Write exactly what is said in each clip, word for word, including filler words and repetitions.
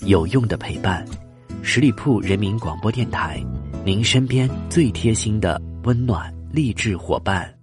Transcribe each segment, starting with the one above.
有用的陪伴。十里铺人民广播电台，您身边最贴心的温暖励志伙伴。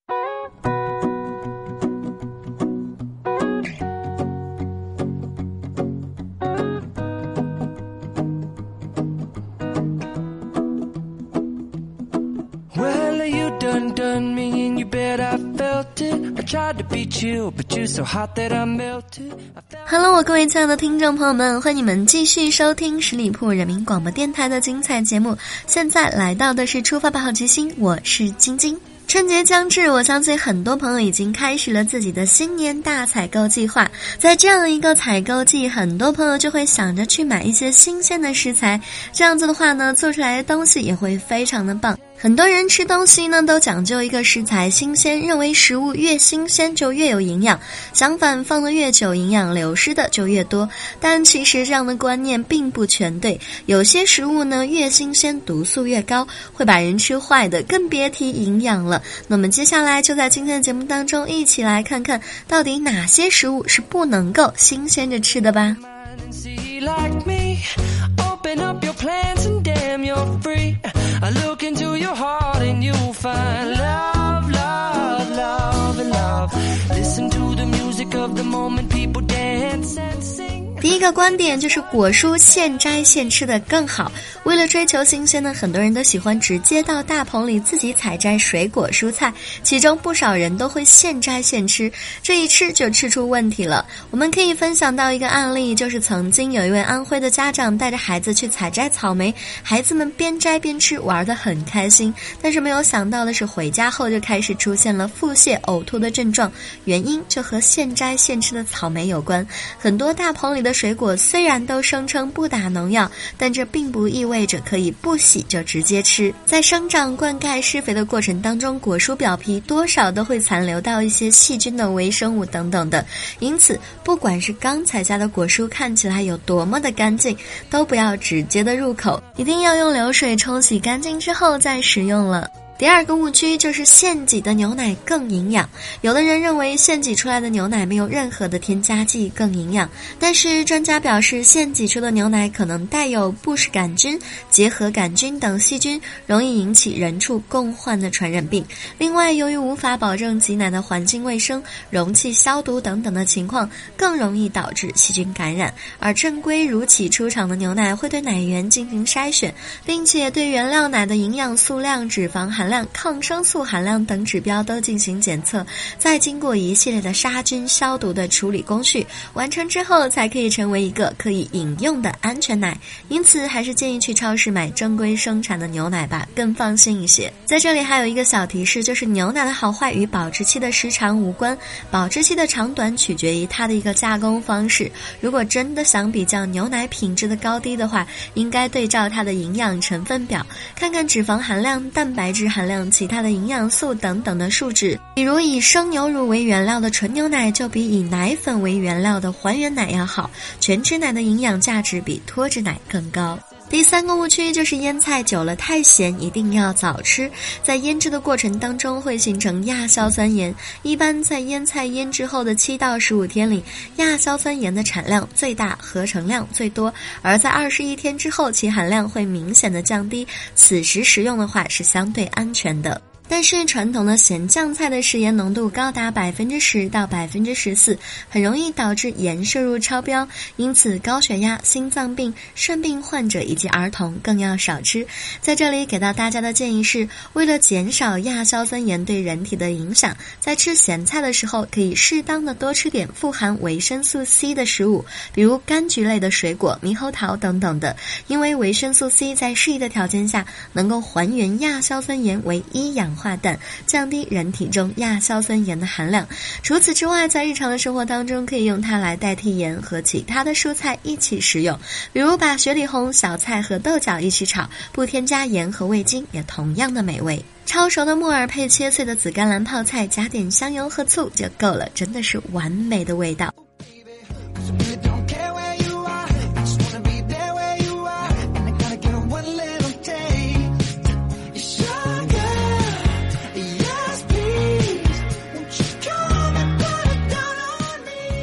Hello， 我各位亲爱的听众朋友们，欢迎你们继续收听十里铺人民广播电台的精彩节目。现在来到的是出发吧好奇心，我是晶晶。春节将至，我相信很多朋友已经开始了自己的新年大采购计划。在这样一个采购季，很多朋友就会想着去买一些新鲜的食材，这样子的话呢，做出来的东西也会非常的棒。很多人吃东西呢都讲究一个食材新鲜，认为食物越新鲜就越有营养，相反放得越久营养流失的就越多。但其实这样的观念并不全对，有些食物呢越新鲜毒素越高，会把人吃坏的，更别提营养了。那么接下来就在今天的节目当中一起来看看到底哪些食物是不能够新鲜着吃的吧。Open up your plans and damn you're free. I look into your heart and you'll find love, love, love and love. Listen to the music of the moment, people dance and sing. 第一个观点就是果蔬现摘现吃的更好。为了追求新鲜呢，很多人都喜欢直接到大棚里自己采摘水果蔬菜，其中不少人都会现摘现吃，这一吃就吃出问题了。我们可以分享到一个案例，就是曾经有一位安徽的家长带着孩子去采摘草莓，孩子们边摘边吃，玩得很开心，但是没有想到的是回家后就开始出现了腹泻呕吐的症状，原因就和现摘现吃的草莓有关。很多大棚里的水果虽然都声称不打农药，但这并不意味着可以不洗就直接吃。在生长、灌溉、施肥的过程当中，果蔬表皮多少都会残留到一些细菌的微生物等等的，因此不管是刚采下的果蔬看起来有多么的干净，都不要直接的入口，一定要用流水冲洗干净之后再食用了。第二个误区就是现挤的牛奶更营养。有的人认为现挤出来的牛奶没有任何的添加剂更营养，但是专家表示现挤出的牛奶可能带有布氏杆菌、结核杆菌等细菌，容易引起人畜共患的传染病。另外，由于无法保证挤奶的环境卫生、容器消毒等等的情况，更容易导致细菌感染。而正规如期出厂的牛奶会对奶源进行筛选，并且对原料奶的营养素量、脂肪含量、抗生素含量等指标都进行检测，再经过一系列的杀菌消毒的处理工序完成之后，才可以成为一个可以饮用的安全奶。因此还是建议去超市买正规生产的牛奶吧，更放心一些。在这里还有一个小提示，就是牛奶的好坏与保质期的时长无关，保质期的长短取决于它的一个加工方式。如果真的想比较牛奶品质的高低的话，应该对照它的营养成分表，看看脂肪含量、蛋白质含量、其他的营养素等等的数值。比如以生牛乳为原料的纯牛奶就比以奶粉为原料的还原奶要好，全脂奶的营养价值比脱脂奶更高。第三个误区就是腌菜久了太咸，一定要早吃。在腌制的过程当中会形成亚硝酸盐，一般在腌菜腌制后的七到十五天里，亚硝酸盐的产量最大，合成量最多，而在二十一天之后其含量会明显的降低，此时食用的话是相对安全的。但是传统的咸酱菜的食盐浓度高达百分之十到百分之十四，很容易导致盐摄入超标，因此高血压、心脏病、肾病患者以及儿童更要少吃。在这里给到大家的建议是，为了减少亚硝酸盐对人体的影响，在吃咸菜的时候可以适当的多吃点富含维生素 C 的食物，比如柑橘类的水果、猕猴桃等等的，因为维生素 C 在适宜的条件下能够还原亚硝酸盐为一氧化氮，降低人体中亚硝酸盐的含量。除此之外，在日常的生活当中可以用它来代替盐，和其他的蔬菜一起食用，比如把雪里红、小菜和豆角一起炒，不添加盐和味精，也同样的美味。超熟的木耳配切碎的紫甘蓝泡菜，加点香油和醋就够了，真的是完美的味道。第四个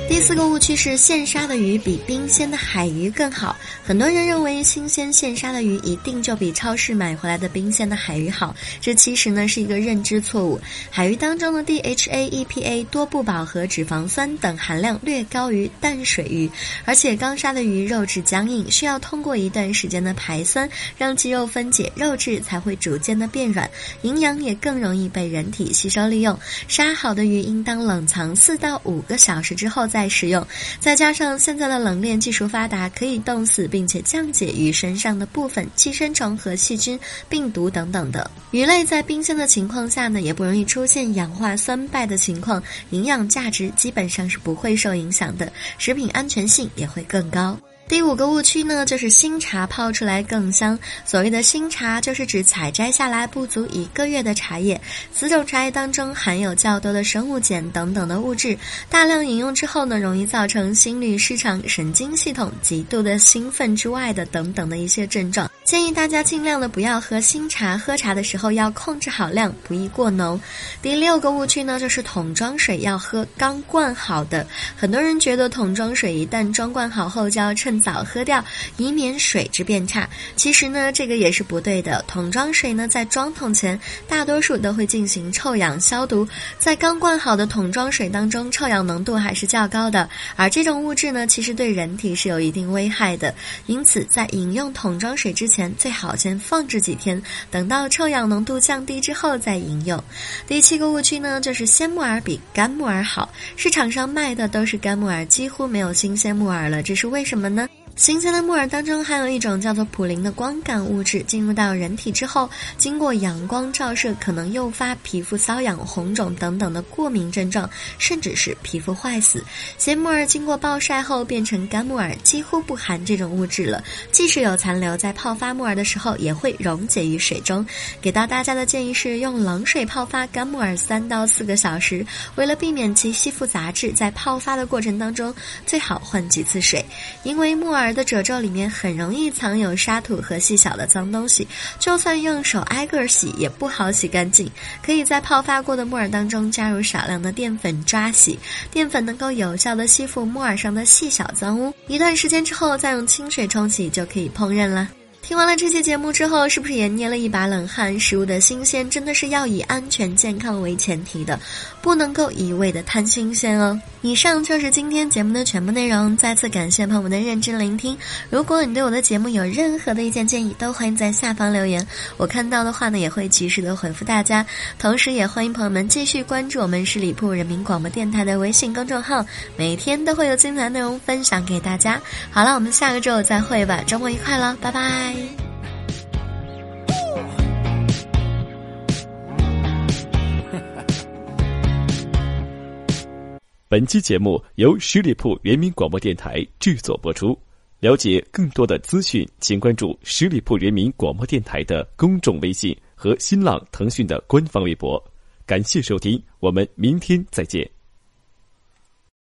个误区是现杀的鱼比冰鲜的海鱼更好。很多人认为新鲜现杀的鱼一定就比超市买回来的冰鲜的海鱼好，这其实呢是一个认知错误。海鱼当中的 D H A E P A 多不饱和脂肪酸等含量略高于淡水鱼，而且刚杀的鱼肉质僵硬，需要通过一段时间的排酸，让肌肉分解，肉质才会逐渐的变软，营养也更容易被人体吸收利用。杀好的鱼应当冷藏四到五个小时之后再食用，再加上现在的冷链技术发达，可以冻死并且降解鱼身上的部分寄生虫和细菌、病毒等等的。鱼类在冰鲜的情况下呢，也不容易出现氧化酸败的情况，营养价值基本上是不会受影响的，食品安全性也会更高。第五个误区呢，就是新茶泡出来更香。所谓的新茶，就是指采摘下来不足一个月的茶叶，此种茶叶当中含有较多的生物碱等等的物质，大量饮用之后呢，容易造成心律失常、神经系统极度的兴奋之外的等等的一些症状。建议大家尽量的不要喝新茶，喝茶的时候要控制好量，不宜过浓。第六个误区呢，就是桶装水要喝刚灌好的。很多人觉得桶装水一旦装灌好后就要趁早喝掉，以免水质变差。其实呢，这个也是不对的。桶装水呢，在装桶前大多数都会进行臭氧消毒，在刚灌好的桶装水当中，臭氧浓度还是较高的，而这种物质呢，其实对人体是有一定危害的。因此在饮用桶装水之前，最好先放置几天，等到臭氧浓度降低之后再饮用。第七个误区呢，就是鲜木耳比干木耳好。市场上卖的都是干木耳，几乎没有新鲜木耳了，这是为什么呢？新鲜的木耳当中含有一种叫做普林的光感物质，进入到人体之后，经过阳光照射，可能诱发皮肤瘙痒、红肿等等的过敏症状，甚至是皮肤坏死。鲜木耳经过暴晒后变成干木耳，几乎不含这种物质了，即使有残留，在泡发木耳的时候也会溶解于水中。给到大家的建议是用冷水泡发干木耳三到四个小时，为了避免其吸附杂质，在泡发的过程当中最好换几次水，因为木耳的褶皱里面很容易藏有沙土和细小的脏东西，就算用手挨个洗也不好洗干净。可以在泡发过的木耳当中加入少量的淀粉抓洗，淀粉能够有效的吸附木耳上的细小脏污，一段时间之后再用清水冲洗就可以烹饪了。听完了这期节目之后，是不是也捏了一把冷汗？食物的新鲜真的是要以安全健康为前提的，不能够一味的贪新鲜哦。以上就是今天节目的全部内容，再次感谢朋友们的认真聆听。如果你对我的节目有任何的意见建议，都欢迎在下方留言，我看到的话呢也会及时的回复大家。同时也欢迎朋友们继续关注我们十里铺人民广播电台的微信公众号，每天都会有精彩内容分享给大家。好了，我们下个周再会吧，周末愉快了，拜拜。 本期节目由十里铺人民广播电台制作播出。了解更多的资讯，请关注十里铺人民广播电台的公众微信和新浪、腾讯的官方微博。感谢收听，我们明天再见。